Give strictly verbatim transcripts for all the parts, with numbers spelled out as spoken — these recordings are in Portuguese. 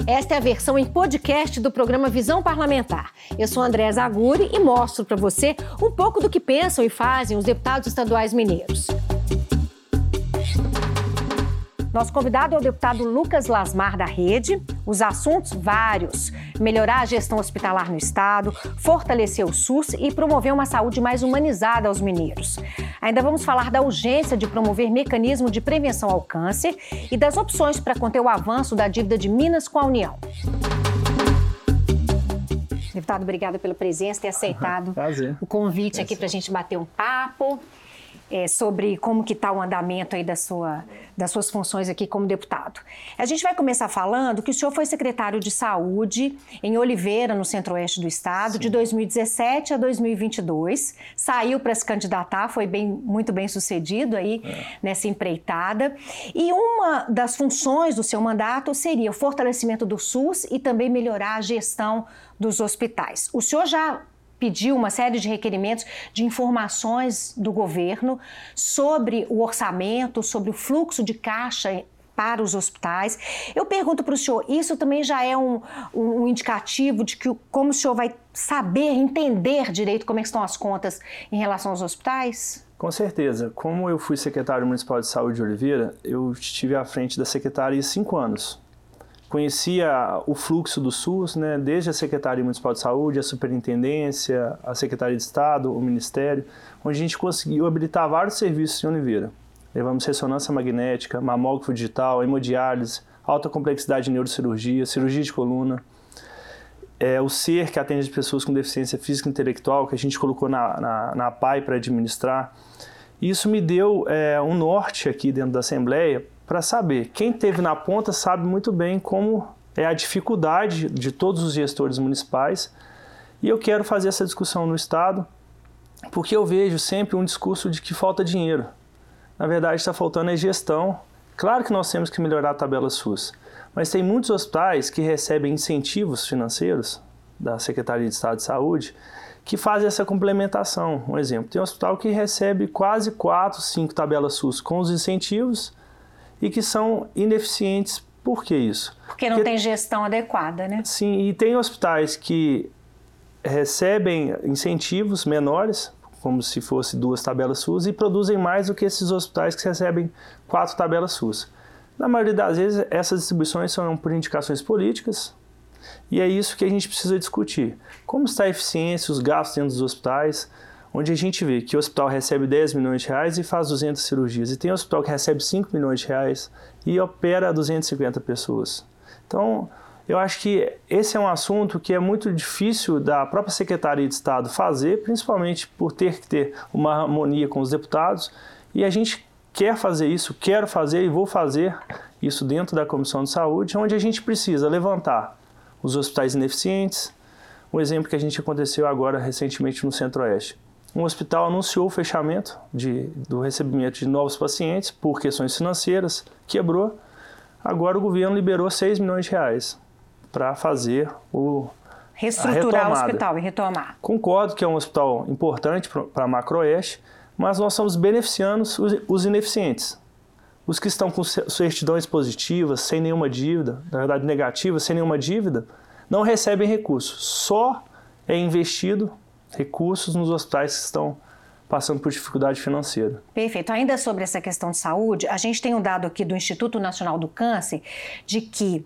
Esta é a versão em podcast do programa Visão Parlamentar. Eu sou Andréa Zaguri e mostro para você um pouco do que pensam e fazem os deputados estaduais mineiros. Nosso convidado é o deputado Lucas Lasmar, da Rede. Os assuntos, vários. Melhorar a gestão hospitalar no estado, fortalecer o SUS e promover uma saúde mais humanizada aos mineiros. Ainda vamos falar da urgência de promover mecanismo de prevenção ao câncer e das opções para conter o avanço da dívida de Minas com a União. Deputado, obrigada pela presença, ter aceitado Prazer. o convite aqui para a gente bater um papo. É, sobre como que está o andamento aí da sua, das suas funções aqui como deputado. A gente vai começar falando que o senhor foi secretário de Saúde em Oliveira, no centro-oeste do estado, Sim. de dois mil e dezessete a dois mil e vinte e dois. Saiu para se candidatar, foi bem, muito bem sucedido aí é. nessa empreitada. E uma das funções do seu mandato seria o fortalecimento do SUS e também melhorar a gestão dos hospitais. O senhor já pediu uma série de requerimentos de informações do governo sobre o orçamento, sobre o fluxo de caixa para os hospitais. Eu pergunto para o senhor, isso também já é um, um indicativo de que como o senhor vai saber, entender direito como é que estão as contas em relação aos hospitais? Com certeza. Como eu fui secretário municipal de saúde de Oliveira, eu estive à frente da secretaria há cinco anos. Conhecia o fluxo do SUS, né, desde a Secretaria Municipal de Saúde, a Superintendência, a Secretaria de Estado, o Ministério, onde a gente conseguiu habilitar vários serviços em Oliveira. Levamos ressonância magnética, mamógrafo digital, hemodiálise, alta complexidade de neurocirurgia, cirurgia de coluna, é, o SER, que atende as pessoas com deficiência física e intelectual, que a gente colocou na, na, na P A I para administrar. Isso me deu é, um norte aqui dentro da Assembleia, para saber. Quem esteve na ponta sabe muito bem como é a dificuldade de todos os gestores municipais e eu quero fazer essa discussão no Estado porque eu vejo sempre um discurso de que falta dinheiro. Na verdade, está faltando é gestão. Claro que nós temos que melhorar a tabela SUS, mas tem muitos hospitais que recebem incentivos financeiros da Secretaria de Estado de Saúde que fazem essa complementação. Um exemplo, tem um hospital que recebe quase quatro, cinco tabelas SUS com os incentivos e que são ineficientes. Por que isso? Porque não Porque, tem gestão adequada, né? Sim, e tem hospitais que recebem incentivos menores, como se fosse duas tabelas SUS, e produzem mais do que esses hospitais que recebem quatro tabelas SUS. Na maioria das vezes, essas distribuições são por indicações políticas, e é isso que a gente precisa discutir. Como está a eficiência, os gastos dentro dos hospitais, onde a gente vê que o hospital recebe dez milhões de reais e faz duzentas cirurgias. E tem hospital que recebe cinco milhões de reais e opera duzentas e cinquenta pessoas. Então, eu acho que esse é um assunto que é muito difícil da própria Secretaria de Estado fazer, principalmente por ter que ter uma harmonia com os deputados. E a gente quer fazer isso, quero fazer e vou fazer isso dentro da Comissão de Saúde, onde a gente precisa levantar os hospitais ineficientes. Um exemplo que a gente aconteceu agora recentemente no Centro-Oeste. Um hospital anunciou o fechamento de, do recebimento de novos pacientes por questões financeiras, quebrou. Agora o governo liberou seis milhões de reais para fazer o reestruturar o hospital e retomar. Concordo que é um hospital importante para a Macro-Oeste, mas nós estamos beneficiando os, os ineficientes. Os que estão com certidões positivas, sem nenhuma dívida, na verdade negativas, sem nenhuma dívida, não recebem recursos. Só é investido recursos nos hospitais que estão passando por dificuldade financeira. Perfeito. Ainda sobre essa questão de saúde, a gente tem um dado aqui do Instituto Nacional do Câncer de que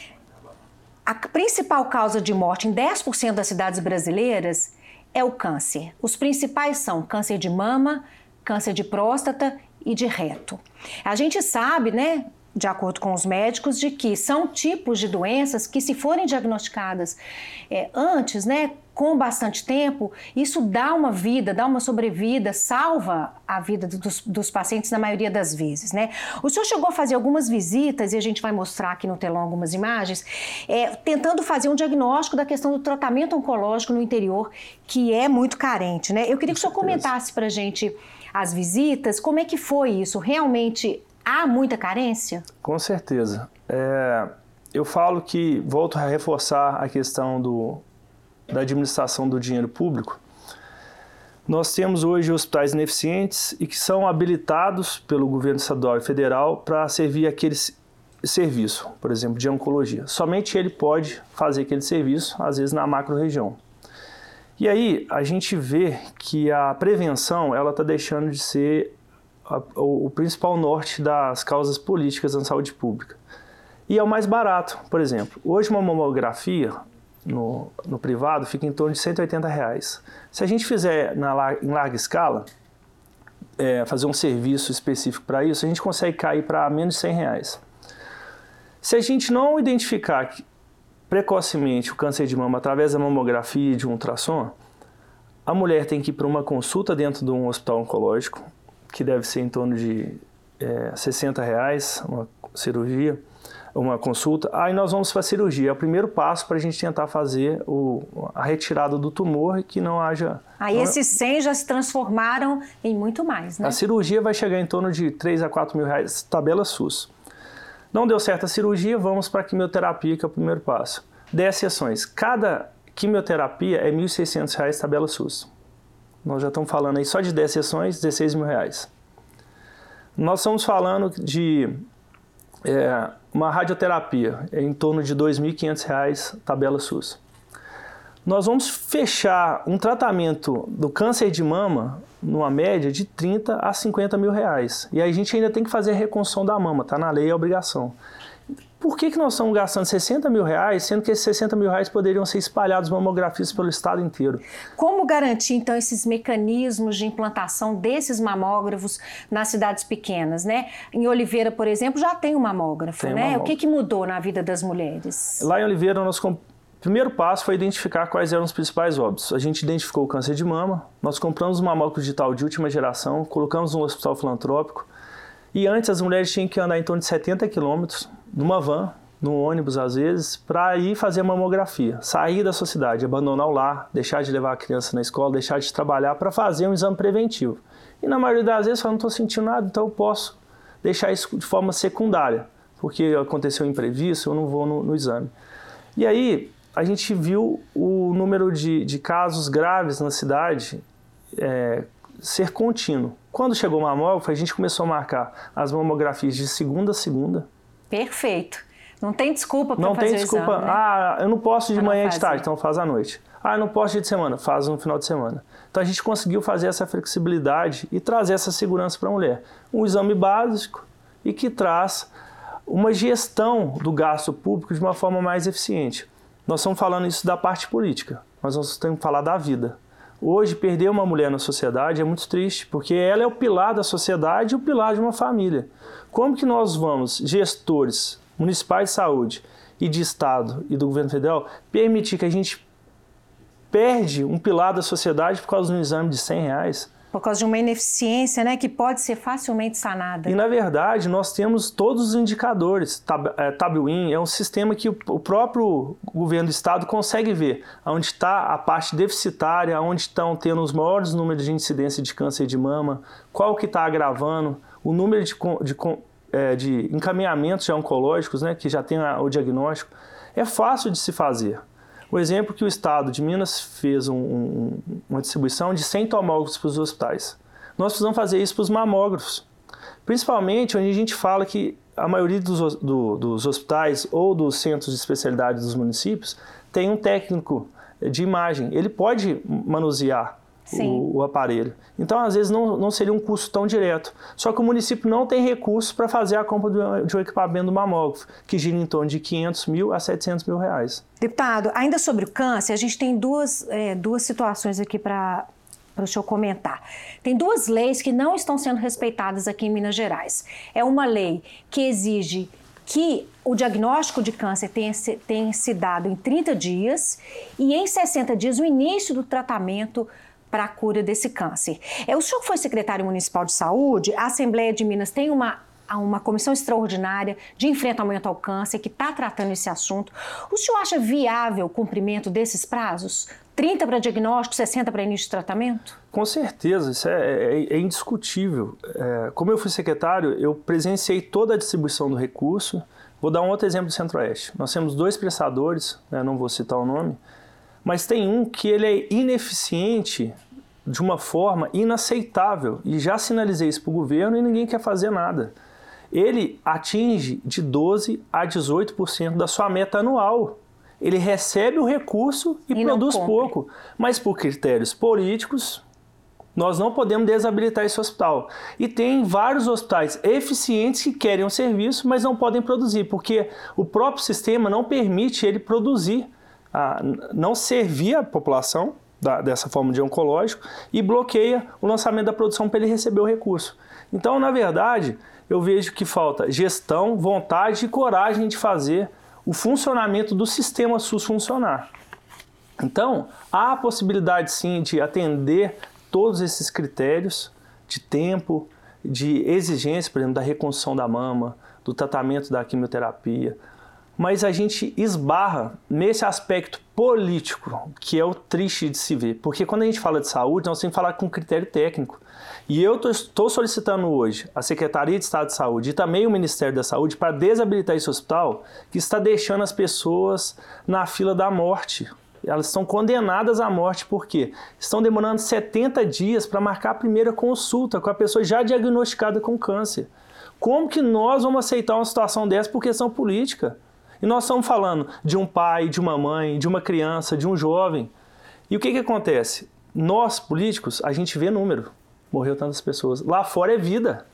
a principal causa de morte em dez por cento das cidades brasileiras é o câncer. Os principais são câncer de mama, câncer de próstata e de reto. A gente sabe, né, de acordo com os médicos, de que são tipos de doenças que, se forem diagnosticadas é, antes, né, com bastante tempo, isso dá uma vida, dá uma sobrevida, salva a vida dos, dos pacientes na maioria das vezes, né? O senhor chegou a fazer algumas visitas, e a gente vai mostrar aqui no telão algumas imagens, é, tentando fazer um diagnóstico da questão do tratamento oncológico no interior, que é muito carente, né? Eu queria que o senhor comentasse pra gente as visitas, como é que foi isso? Realmente há muita carência? Com certeza. É, eu falo que, volto a reforçar a questão do, da administração do dinheiro público. Nós temos hoje hospitais ineficientes e que são habilitados pelo governo estadual e federal para servir aqueles serviço, por exemplo, de oncologia. Somente ele pode fazer aquele serviço, às vezes na macro-região. E aí a gente vê que a prevenção ela está deixando de ser a, o, o principal norte das causas políticas na saúde pública. E é o mais barato, por exemplo. Hoje uma mamografia no, no privado fica em torno de cento e oitenta reais. Se a gente fizer na, em larga escala, é, fazer um serviço específico para isso, a gente consegue cair para menos de cem reais. Se a gente não identificar precocemente o câncer de mama através da mamografia e de um ultrassom, a mulher tem que ir para uma consulta dentro de um hospital oncológico, que deve ser em torno de é, sessenta reais, uma cirurgia, uma consulta. Aí nós vamos para a cirurgia. É o primeiro passo para a gente tentar fazer o, a retirada do tumor e que não haja... Aí esses cem já se transformaram em muito mais, né? A cirurgia vai chegar em torno de três a quatro mil reais, tabela SUS. Não deu certo a cirurgia, vamos para a quimioterapia, que é o primeiro passo. dez sessões. Cada quimioterapia é mil e seiscentos reais, tabela SUS. Nós já estamos falando aí só de dez sessões, dezesseis mil reais. Nós estamos falando de é, uma radioterapia, é em torno de dois mil e quinhentos reais, tabela SUS. Nós vamos fechar um tratamento do câncer de mama numa média de trinta a cinquenta mil reais. E aí a gente ainda tem que fazer a reconstrução da mama, está na lei, é obrigação. Por que que nós estamos gastando sessenta mil reais, sendo que esses sessenta mil reais poderiam ser espalhados mamografistas pelo estado inteiro? Como garantir, então, esses mecanismos de implantação desses mamógrafos nas cidades pequenas, né? Em Oliveira, por exemplo, já tem um mamógrafo, tem né? Um mamógrafo. O que que mudou na vida das mulheres? Lá em Oliveira, nós o primeiro passo foi identificar quais eram os principais óbitos. A gente identificou o câncer de mama, nós compramos um mamógrafo digital de última geração, colocamos no hospital filantrópico, e antes as mulheres tinham que andar em torno de setenta quilômetros numa van, num ônibus às vezes, para ir fazer a mamografia, sair da sociedade, abandonar o lar, deixar de levar a criança na escola, deixar de trabalhar para fazer um exame preventivo. E na maioria das vezes eu não estou sentindo nada, então eu posso deixar isso de forma secundária, porque aconteceu um imprevisto, eu não vou no, no exame. E aí a gente viu o número de, de casos graves na cidade é, ser contínuo. Quando chegou o mamógrafo, a gente começou a marcar as mamografias de segunda a segunda. Perfeito. Não tem desculpa para fazer o exame, Não tem desculpa. Né? Ah, eu não posso de pra manhã e de tarde, então faz à noite. Ah, eu não posso dia de semana, faz no final de semana. Então a gente conseguiu fazer essa flexibilidade e trazer essa segurança para a mulher. Um exame básico e que traz uma gestão do gasto público de uma forma mais eficiente. Nós estamos falando isso da parte política, mas nós temos que falar da vida. Hoje, perder uma mulher na sociedade é muito triste, porque ela é o pilar da sociedade e o pilar de uma família. Como que nós vamos, gestores municipais de saúde e de Estado e do governo federal, permitir que a gente perde um pilar da sociedade por causa de um exame de cem reais? Por causa de uma ineficiência, né, que pode ser facilmente sanada. E, na verdade, nós temos todos os indicadores. Tabuin é um sistema que o próprio governo do Estado consegue ver onde está a parte deficitária, onde estão tendo os maiores números de incidência de câncer de mama, qual que está agravando, o número de, de, de encaminhamentos já oncológicos, né, que já tem o diagnóstico. É fácil de se fazer. O exemplo que o Estado de Minas fez um, um, uma distribuição de cem tomógrafos para os hospitais. Nós precisamos fazer isso para os mamógrafos. Principalmente onde a gente fala que a maioria dos, do, dos hospitais ou dos centros de especialidade dos municípios tem um técnico de imagem. Ele pode manusear o, o aparelho. Então, às vezes, não, não seria um custo tão direto. Só que o município não tem recursos para fazer a compra do, de um equipamento do mamógrafo, que gira em torno de quinhentos mil a setecentos mil reais. Deputado, ainda sobre o câncer, a gente tem duas, é, duas situações aqui para o senhor comentar. Tem duas leis que não estão sendo respeitadas aqui em Minas Gerais. É uma lei que exige que o diagnóstico de câncer tenha, tenha se dado em trinta dias e em sessenta dias o início do tratamento para a cura desse câncer. É, o senhor foi secretário municipal de saúde, a Assembleia de Minas tem uma, uma comissão extraordinária de enfrentamento ao câncer que está tratando esse assunto. O senhor acha viável o cumprimento desses prazos? trinta para diagnóstico, sessenta para início de tratamento? Com certeza, isso é, é, é indiscutível. É, como eu fui secretário, eu presenciei toda a distribuição do recurso. Vou dar um outro exemplo do Centro-Oeste. Nós temos dois prestadores, né, não vou citar o nome, mas tem um que ele é ineficiente de uma forma inaceitável. E já sinalizei isso para o governo e ninguém quer fazer nada. ele atinge de doze a dezoito por cento da sua meta anual. Ele recebe o recurso e, e produz pouco, mas por critérios políticos, nós não podemos desabilitar esse hospital. E tem vários hospitais eficientes que querem o serviço, mas não podem produzir, porque o próprio sistema não permite ele produzir, a, não servir a população da, dessa forma de oncológico e bloqueia o lançamento da produção para ele receber o recurso. Então, na verdade, eu vejo que falta gestão, vontade e coragem de fazer o funcionamento do sistema SUS funcionar. Então, há a possibilidade sim de atender todos esses critérios de tempo, de exigência, por exemplo, da reconstrução da mama, do tratamento da quimioterapia, mas a gente esbarra nesse aspecto político, que é o triste de se ver, porque quando a gente fala de saúde, nós temos que falar com critério técnico. E eu estou solicitando hoje a Secretaria de Estado de Saúde e também o Ministério da Saúde para desabilitar esse hospital que está deixando as pessoas na fila da morte. Elas estão condenadas à morte porque estão demorando setenta dias para marcar a primeira consulta com a pessoa já diagnosticada com câncer. Como que nós vamos aceitar uma situação dessa por questão política? E nós estamos falando de um pai, de uma mãe, de uma criança, de um jovem. E o que que acontece? Nós, políticos, a gente vê número. Morreu tantas pessoas. Lá fora é vida.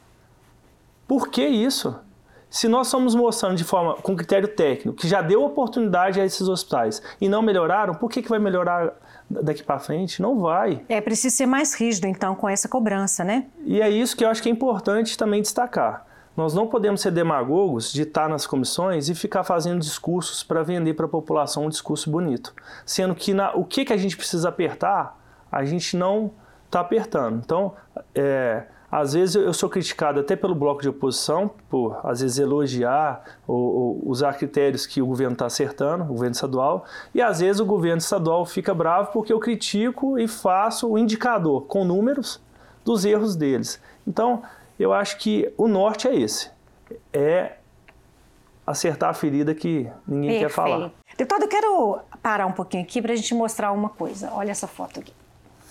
Por que isso? Se nós estamos mostrando de forma, com critério técnico, que já deu oportunidade a esses hospitais e não melhoraram, por que que vai melhorar daqui para frente? Não vai. É preciso ser mais rígido, então, com essa cobrança, né? E é isso que eu acho que é importante também destacar. Nós não podemos ser demagogos de estar nas comissões e ficar fazendo discursos para vender para a população um discurso bonito. Sendo que na, o que, que a gente precisa apertar, a gente não está apertando. Então, é... às vezes eu sou criticado até pelo bloco de oposição, por às vezes elogiar ou, ou usar critérios que o governo está acertando, o governo estadual, e às vezes o governo estadual fica bravo porque eu critico e faço o indicador com números dos erros deles. Então, eu acho que o norte é esse, é acertar a ferida que ninguém Perfeito. quer falar. Deputado, eu quero parar um pouquinho aqui para a gente mostrar uma coisa. Olha essa foto aqui.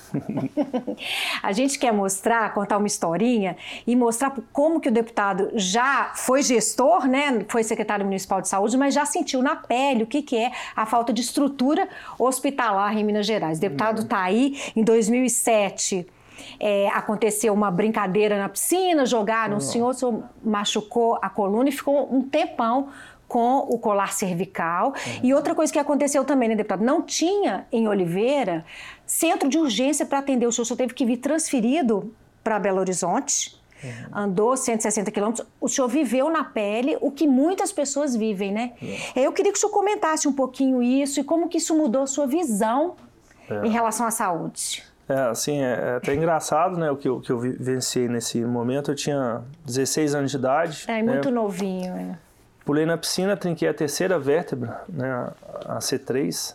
A gente quer mostrar, contar uma historinha e mostrar como que o deputado já foi gestor, né? Foi secretário municipal de saúde, mas já sentiu na pele o que, que é a falta de estrutura hospitalar em Minas Gerais. O deputado está aí, em dois mil e sete, é, aconteceu uma brincadeira na piscina, jogaram, o senhor, o senhor machucou a coluna e ficou um tempão com o colar cervical. Uhum. E outra coisa que aconteceu também, né, deputado? Não tinha em Oliveira centro de urgência para atender o senhor. O senhor teve que vir transferido para Belo Horizonte, uhum. andou cento e sessenta quilômetros. O senhor viveu na pele o que muitas pessoas vivem, né? Uhum. Eu queria que o senhor comentasse um pouquinho isso e como que isso mudou a sua visão é. em relação à saúde. É, assim, é até engraçado, né, o que eu, que eu vivenciei nesse momento. Eu tinha dezesseis anos de idade. É, muito né? novinho, é. Pulei na piscina, trinquei a terceira vértebra, né, a C três,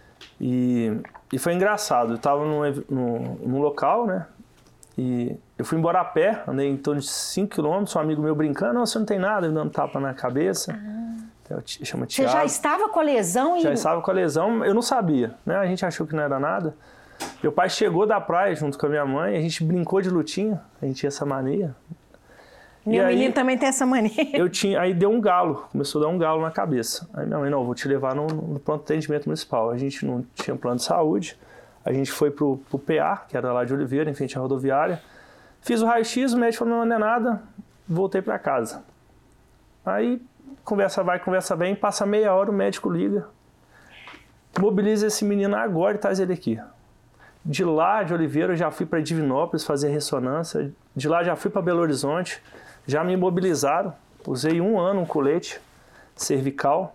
e, e foi engraçado. Eu estava num, num, num local, né, e eu fui embora a pé, andei em torno de cinco quilômetros, um amigo meu brincando, não, você não tem nada, me dando tapa na cabeça. Ah. Chama Você já estava com a lesão? E... Já estava com a lesão, eu não sabia, né, a gente achou que não era nada. Meu pai chegou da praia junto com a minha mãe, a gente brincou de lutinha, a gente tinha essa mania. Meu menino aí, também tem essa mania. Eu tinha, aí deu um galo, começou a dar um galo na cabeça. Aí minha mãe, não, vou te levar no, no pronto atendimento municipal. A gente não tinha plano de saúde, a gente foi pro, pro P A, que era lá de Oliveira, em frente à rodoviária. Fiz o raio-x, o médico falou, não é nada, voltei para casa. Aí, conversa vai, conversa vem, passa meia hora, o médico liga. Mobiliza esse menino agora e traz ele aqui. De lá, de Oliveira, eu já fui para Divinópolis fazer ressonância. De lá, já fui para Belo Horizonte. Já me imobilizaram, usei um ano um colete cervical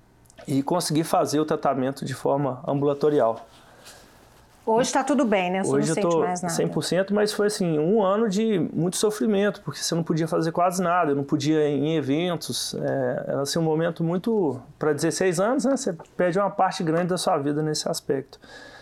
e consegui fazer o tratamento de forma ambulatorial. Hoje está tudo bem, né? Você Hoje não sente eu tô mais nada. cem por cento, mas foi assim, um ano de muito sofrimento, porque você não podia fazer quase nada, eu não podia ir em eventos. É, era assim, um momento muito... Para dezesseis anos, né? Você perde uma parte grande da sua vida nesse aspecto.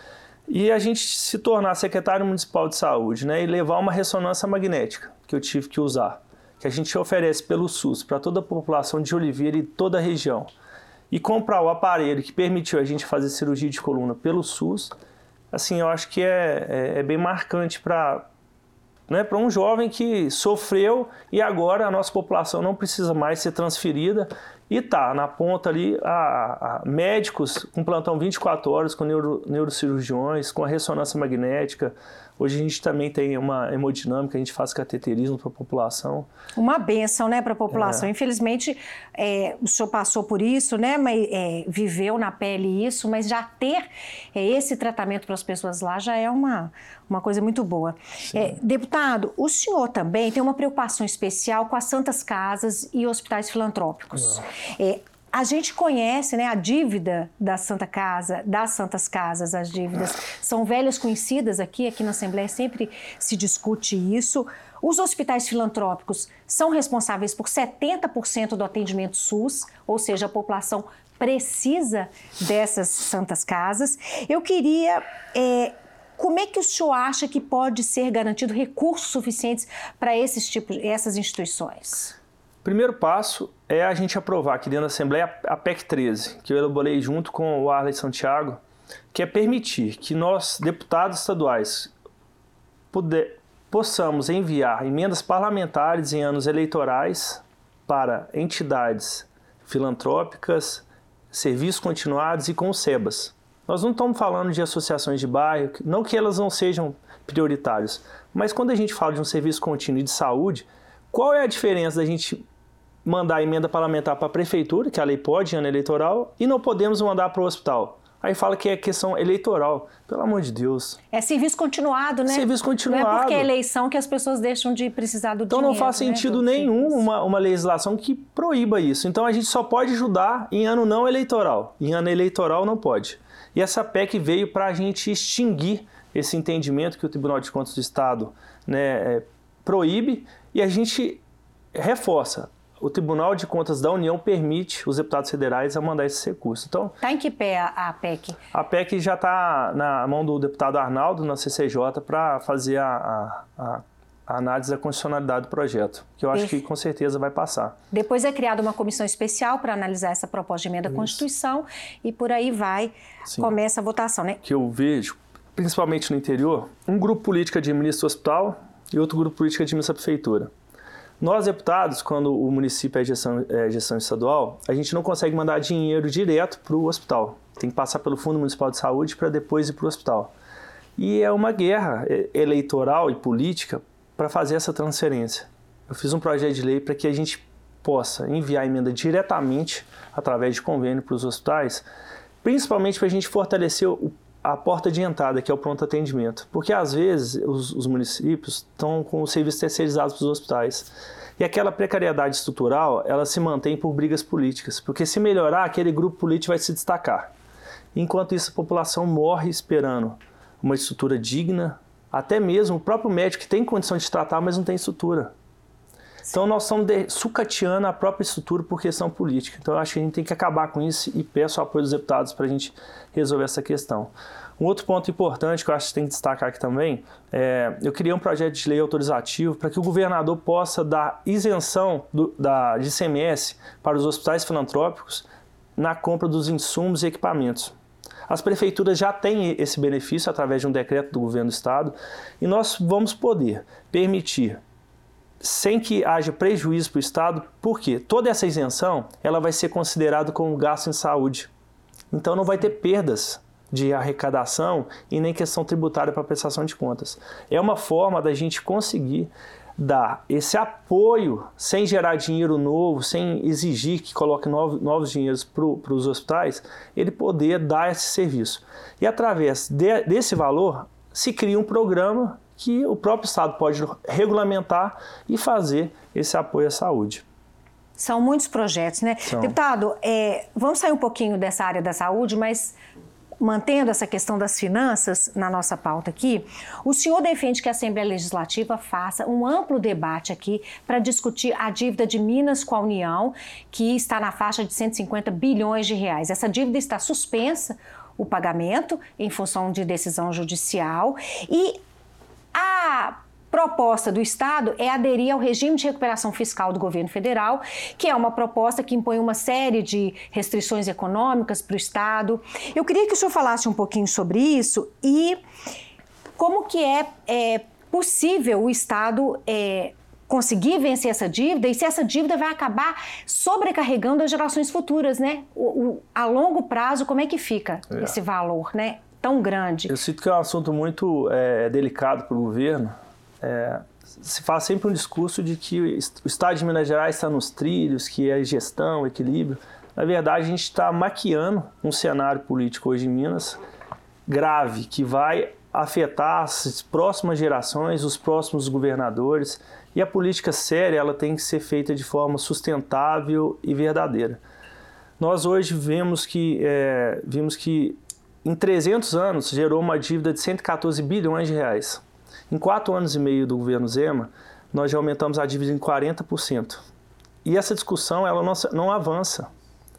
E a gente se tornar secretário municipal de saúde, né, e levar uma ressonância magnética, que eu tive que usar, que a gente oferece pelo SUS para toda a população de Oliveira e toda a região, e comprar o aparelho que permitiu a gente fazer cirurgia de coluna pelo SUS, assim, eu acho que é, é, é bem marcante para né, para um jovem que sofreu e agora a nossa população não precisa mais ser transferida e está na ponta ali a, a médicos com plantão vinte e quatro horas, com neuro, neurocirurgiões, com a ressonância magnética. Hoje a gente também tem uma hemodinâmica, a gente faz cateterismo para a população. Uma bênção, né, para a população. É. Infelizmente, é, o senhor passou por isso, né, mas, é, viveu na pele isso, mas já ter é, esse tratamento para as pessoas lá já é uma, uma coisa muito boa. É, deputado, o senhor também tem uma preocupação especial com as santas casas e hospitais filantrópicos. É, a gente conhece, né, a dívida da Santa Casa, das Santas Casas, as dívidas são velhas conhecidas aqui, aqui na Assembleia sempre se discute isso. Os hospitais filantrópicos são responsáveis por setenta por cento do atendimento SUS, ou seja, a população precisa dessas Santas Casas. Eu queria... É, como é que o senhor acha que pode ser garantido recursos suficientes para esses tipos, essas instituições? Primeiro passo é a gente aprovar aqui dentro da Assembleia a P E C treze, que eu elaborei junto com o Arley Santiago, que é permitir que nós, deputados estaduais, puder, possamos enviar emendas parlamentares em anos eleitorais para entidades filantrópicas, serviços continuados e com os SEBAS. Nós não estamos falando de associações de bairro, não que elas não sejam prioritárias, mas quando a gente fala de um serviço contínuo de saúde, qual é a diferença da gente mandar emenda parlamentar para a prefeitura, que a lei pode em ano eleitoral, e não podemos mandar para o hospital? Aí fala que é questão eleitoral. Pelo amor de Deus. É serviço continuado, né? Serviço continuado. Não é porque é eleição que as pessoas deixam de precisar do então dinheiro. Então não faz sentido, né, nenhum uma, uma legislação que proíba isso. Então a gente só pode ajudar em ano não eleitoral. Em ano eleitoral não pode. E essa P E C veio para a gente extinguir esse entendimento que o Tribunal de Contas do Estado, né, é, proíbe, e a gente reforça. O Tribunal de Contas da União permite os deputados federais a mandar esses recursos. Então, está em que pé a, a P E C? A P E C já está na mão do deputado Arnaldo, na C C J, para fazer a, a, a análise da constitucionalidade do projeto, que eu acho que com certeza vai passar. Depois é criada uma comissão especial para analisar essa proposta de emenda à Constituição e por aí vai, Sim. começa a votação, né? Que eu vejo, principalmente no interior, um grupo político administra o hospital e outro grupo político administra a prefeitura. Nós, deputados, quando o município é gestão, é gestão estadual, a gente não consegue mandar dinheiro direto para o hospital. Tem que passar pelo Fundo Municipal de Saúde para depois ir para o hospital. E é uma guerra eleitoral e política para fazer essa transferência. Eu fiz um projeto de lei para que a gente possa enviar a emenda diretamente, através de convênio, para os hospitais, principalmente para a gente fortalecer o a porta de entrada, que é o pronto atendimento. Porque, às vezes, os, os municípios estão com os serviços terceirizados para os hospitais. E aquela precariedade estrutural, ela se mantém por brigas políticas. Porque, se melhorar, aquele grupo político vai se destacar. Enquanto isso, a população morre esperando uma estrutura digna, até mesmo o próprio médico que tem condição de tratar, mas não tem estrutura. Então, nós estamos sucateando a própria estrutura por questão política. Então, eu acho que a gente tem que acabar com isso e peço o apoio dos deputados para a gente resolver essa questão. Um outro ponto importante que eu acho que tem que destacar aqui também, é, eu criei um projeto de lei autorizativo para que o governador possa dar isenção do, da, de I C M S para os hospitais filantrópicos na compra dos insumos e equipamentos. As prefeituras já têm esse benefício através de um decreto do governo do estado e nós vamos poder permitir, sem que haja prejuízo para o Estado, porque toda essa isenção ela vai ser considerada como gasto em saúde. Então não vai ter perdas de arrecadação e nem questão tributária para prestação de contas. É uma forma da gente conseguir dar esse apoio sem gerar dinheiro novo, sem exigir que coloque novos, novos dinheiros para os hospitais, ele poder dar esse serviço. E através de, desse valor se cria um programa que o próprio Estado pode regulamentar e fazer esse apoio à saúde. São muitos projetos, né? São. Deputado, é, vamos sair um pouquinho dessa área da saúde, mas mantendo essa questão das finanças na nossa pauta aqui, o senhor defende que a Assembleia Legislativa faça um amplo debate aqui para discutir a dívida de Minas com a União, que está na faixa de cento e cinquenta bilhões de reais. Essa dívida está suspensa, o pagamento, em função de decisão judicial, e a proposta do Estado é aderir ao regime de recuperação fiscal do governo federal, que é uma proposta que impõe uma série de restrições econômicas para o Estado. Eu queria que o senhor falasse um pouquinho sobre isso e como que é, é possível o Estado é, conseguir vencer essa dívida, e se essa dívida vai acabar sobrecarregando as gerações futuras, né? O, o, a longo prazo, como é que fica é. esse valor, né? Tão grande? Eu sinto que é um assunto muito é, delicado para o governo. É, se faz sempre um discurso de que o Estado de Minas Gerais está nos trilhos, que é gestão, equilíbrio. Na verdade, a gente está maquiando um cenário político hoje em Minas grave, que vai afetar as próximas gerações, os próximos governadores. E a política séria, ela tem que ser feita de forma sustentável e verdadeira. Nós hoje vemos que, é, vimos que em trezentos anos gerou uma dívida de cento e quatorze bilhões de reais. Em quatro anos e meio do governo Zema, nós já aumentamos a dívida em quarenta por cento. E essa discussão ela não, não avança.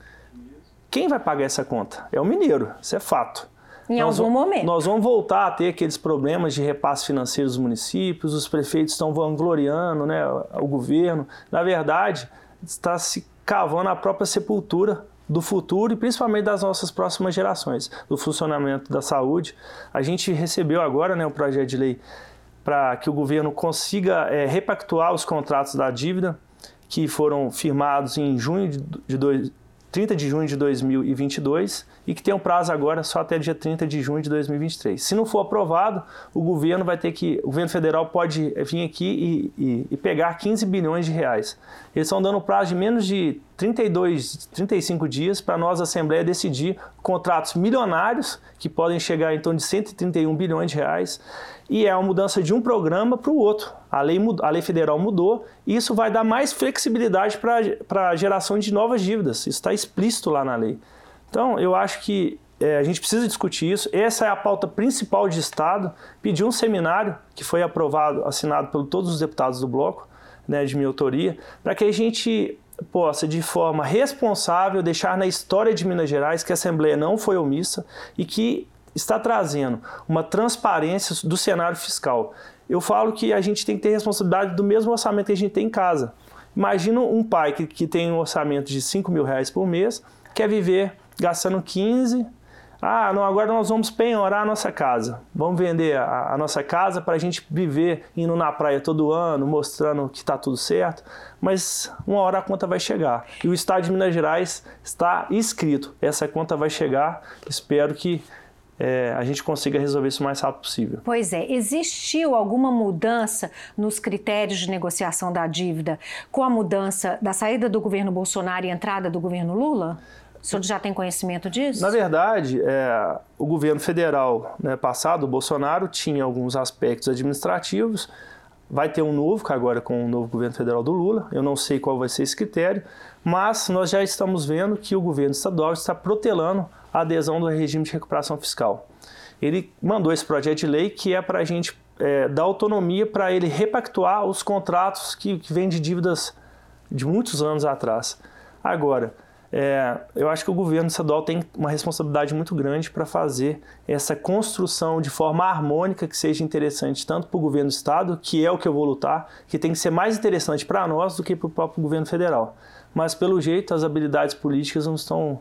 Quem vai pagar essa conta? É o mineiro, isso é fato. Em nós algum vamos, momento. Nós vamos voltar a ter aqueles problemas de repasse financeiro dos municípios, os prefeitos estão vangloriando, né, o governo. Na verdade, está se cavando a própria sepultura do futuro e principalmente das nossas próximas gerações, do funcionamento da saúde. A gente recebeu agora, né, um projeto de lei para que o governo consiga é, repactuar os contratos da dívida que foram firmados em junho de, de dois, trinta de junho de dois mil e vinte e dois e que tem um prazo agora só até dia trinta de junho de dois mil e vinte e três. Se não for aprovado, o governo vai ter que, o governo federal pode vir aqui e, e, e pegar quinze bilhões de reais. Eles estão dando um prazo de menos de trinta e dois, trinta e cinco dias para nós, a Assembleia, decidir contratos milionários que podem chegar em torno de cento e trinta e um bilhões de reais. E é uma mudança de um programa para o outro. A lei, a lei federal mudou e isso vai dar mais flexibilidade para a geração de novas dívidas. Isso está explícito lá na lei. Então, eu acho que é, a gente precisa discutir isso. Essa é a pauta principal de Estado. Pedi um seminário que foi aprovado, assinado por todos os deputados do bloco, né, de minha autoria, para que a gente possa, de forma responsável, deixar na história de Minas Gerais que a Assembleia não foi omissa e que está trazendo uma transparência do cenário fiscal. Eu falo que a gente tem que ter responsabilidade do mesmo orçamento que a gente tem em casa. Imagina um pai que, que tem um orçamento de cinco mil reais por mês, quer viver gastando quinze. Ah, não, agora nós vamos penhorar a nossa casa. Vamos vender a, a nossa casa para a gente viver indo na praia todo ano, mostrando que está tudo certo. Mas uma hora a conta vai chegar. E o Estado de Minas Gerais está escrito. Essa conta vai chegar. Espero que É, a gente consiga resolver isso o mais rápido possível. Pois é, existiu alguma mudança nos critérios de negociação da dívida com a mudança da saída do governo Bolsonaro e entrada do governo Lula? O senhor já tem conhecimento disso? Na verdade, é, o governo federal, né, passado, o Bolsonaro, tinha alguns aspectos administrativos. Vai ter um novo, agora com o novo governo federal do Lula. Eu não sei qual vai ser esse critério, mas nós já estamos vendo que o governo estadual está protelando a adesão do regime de recuperação fiscal. Ele mandou esse projeto de lei que é para a gente é, dar autonomia para ele repactuar os contratos que, que vêm de dívidas de muitos anos atrás. Agora, é, eu acho que o governo estadual tem uma responsabilidade muito grande para fazer essa construção de forma harmônica que seja interessante tanto para o governo do estado, que é o que eu vou lutar, que tem que ser mais interessante para nós do que para o próprio governo federal. Mas, pelo jeito, as habilidades políticas não estão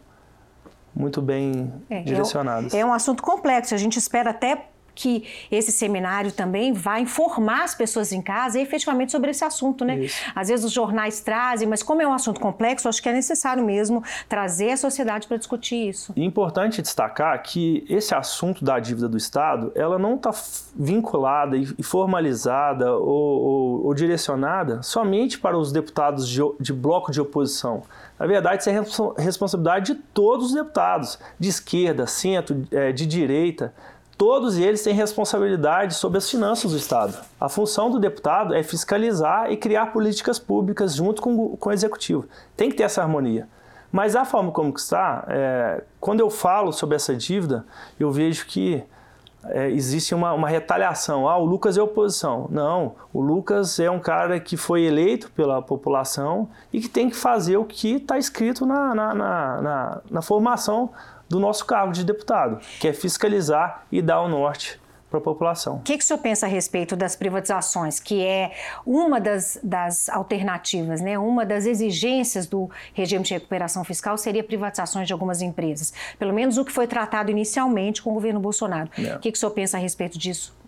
muito bem é, direcionadas. É um assunto complexo. A gente espera até que esse seminário também vai informar as pessoas em casa efetivamente sobre esse assunto, né? Isso. Às vezes os jornais trazem, mas como é um assunto complexo, acho que é necessário mesmo trazer a sociedade para discutir isso. E é importante destacar que esse assunto da dívida do Estado, ela não está vinculada e formalizada ou, ou, ou direcionada somente para os deputados de, de bloco de oposição. Na verdade, isso é responsabilidade de todos os deputados, de esquerda, centro, de direita. Todos eles têm responsabilidade sobre as finanças do Estado. A função do deputado é fiscalizar e criar políticas públicas junto com, com o Executivo. Tem que ter essa harmonia. Mas a forma como está, é, quando eu falo sobre essa dívida, eu vejo que é, existe uma, uma retaliação. Ah, o Lucas é oposição. Não, o Lucas é um cara que foi eleito pela população e que tem que fazer o que está escrito na, na, na, na, na formação do nosso cargo de deputado, que é fiscalizar e dar o norte para a população. O que, que o senhor pensa a respeito das privatizações, que é uma das, das alternativas, né? Uma das exigências do regime de recuperação fiscal seria privatizações de algumas empresas, pelo menos o que foi tratado inicialmente com o governo Bolsonaro. É. O que, que o senhor pensa a respeito disso?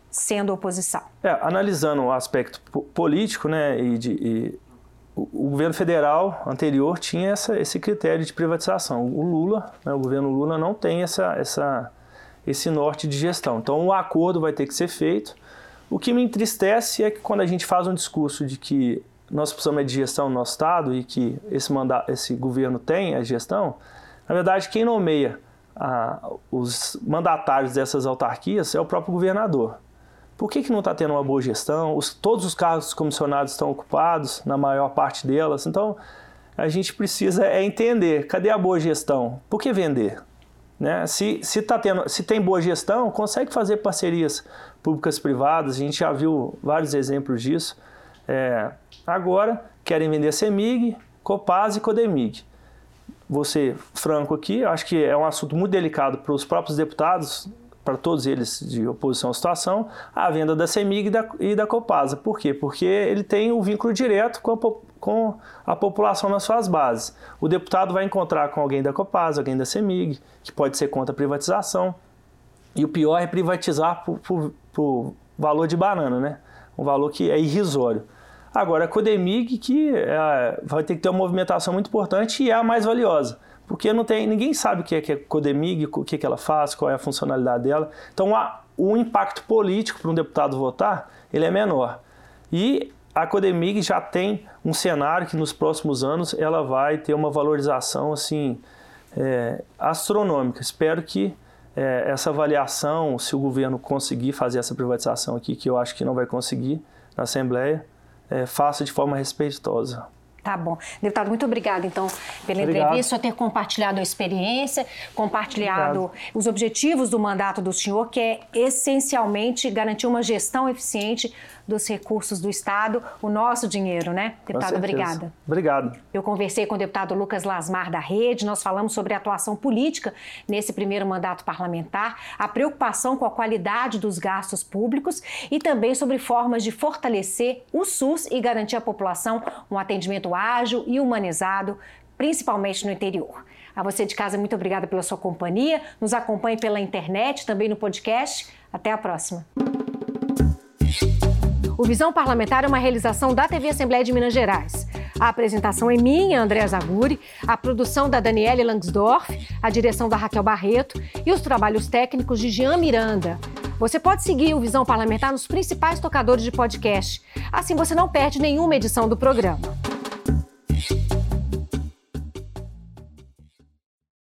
sendo oposição. É, analisando o aspecto político, né, e de, e o, o governo federal anterior tinha essa, esse critério de privatização. O Lula, né, o governo Lula não tem essa, essa, esse norte de gestão. Então o acordo vai ter que ser feito. O que me entristece é que quando a gente faz um discurso de que nós precisamos de gestão no nosso Estado e que esse, manda, esse governo tem a gestão, na verdade quem nomeia a, os mandatários dessas autarquias é o próprio governador. Por que que não está tendo uma boa gestão? Os, todos os cargos comissionados estão ocupados, na maior parte delas. Então, a gente precisa é entender, cadê a boa gestão? Por que vender? Né? Se, se, tá tendo, se tem boa gestão, consegue fazer parcerias públicas-privadas, a gente já viu vários exemplos disso. É, agora, querem vender CEMIG, Copasa e Codemig. Vou ser franco aqui, acho que é um assunto muito delicado para os próprios deputados, para todos eles de oposição à situação, a venda da CEMIG e da, e da Copasa. Por quê? Porque ele tem um vínculo direto com a, com a população nas suas bases. O deputado vai encontrar com alguém da Copasa, alguém da CEMIG, que pode ser contra a privatização. E o pior é privatizar por, por, por valor de banana, né? Um valor que é irrisório. Agora, a Codemig, que é, vai ter que ter uma movimentação muito importante e é a mais valiosa. Porque não tem, ninguém sabe o que é, que é Codemig, o que, é que ela faz, qual é a funcionalidade dela. Então, a, o impacto político para um deputado votar, ele é menor. E a Codemig já tem um cenário que nos próximos anos ela vai ter uma valorização assim, é, astronômica. Espero que é, essa avaliação, se o governo conseguir fazer essa privatização aqui, que eu acho que não vai conseguir na Assembleia, é, faça de forma respeitosa. Tá bom. Deputado, muito obrigada, então, pela Obrigado. entrevista, por ter compartilhado a experiência, compartilhado Obrigado. os objetivos do mandato do senhor, que é essencialmente garantir uma gestão eficiente dos recursos do Estado, o nosso dinheiro, né? Deputado, obrigada. Obrigado. Eu conversei com o deputado Lucas Lasmar da Rede, nós falamos sobre a atuação política nesse primeiro mandato parlamentar, a preocupação com a qualidade dos gastos públicos e também sobre formas de fortalecer o SUS e garantir à população um atendimento ágil e humanizado, principalmente no interior. A você de casa, muito obrigada pela sua companhia. Nos acompanhe pela internet, também no podcast. Até a próxima. O Visão Parlamentar é uma realização da T V Assembleia de Minas Gerais. A apresentação é minha, Andréa Zaguri, a produção da Daniele Langsdorff, a direção da Raquel Barreto e os trabalhos técnicos de Jean Miranda. Você pode seguir o Visão Parlamentar nos principais tocadores de podcast. Assim você não perde nenhuma edição do programa.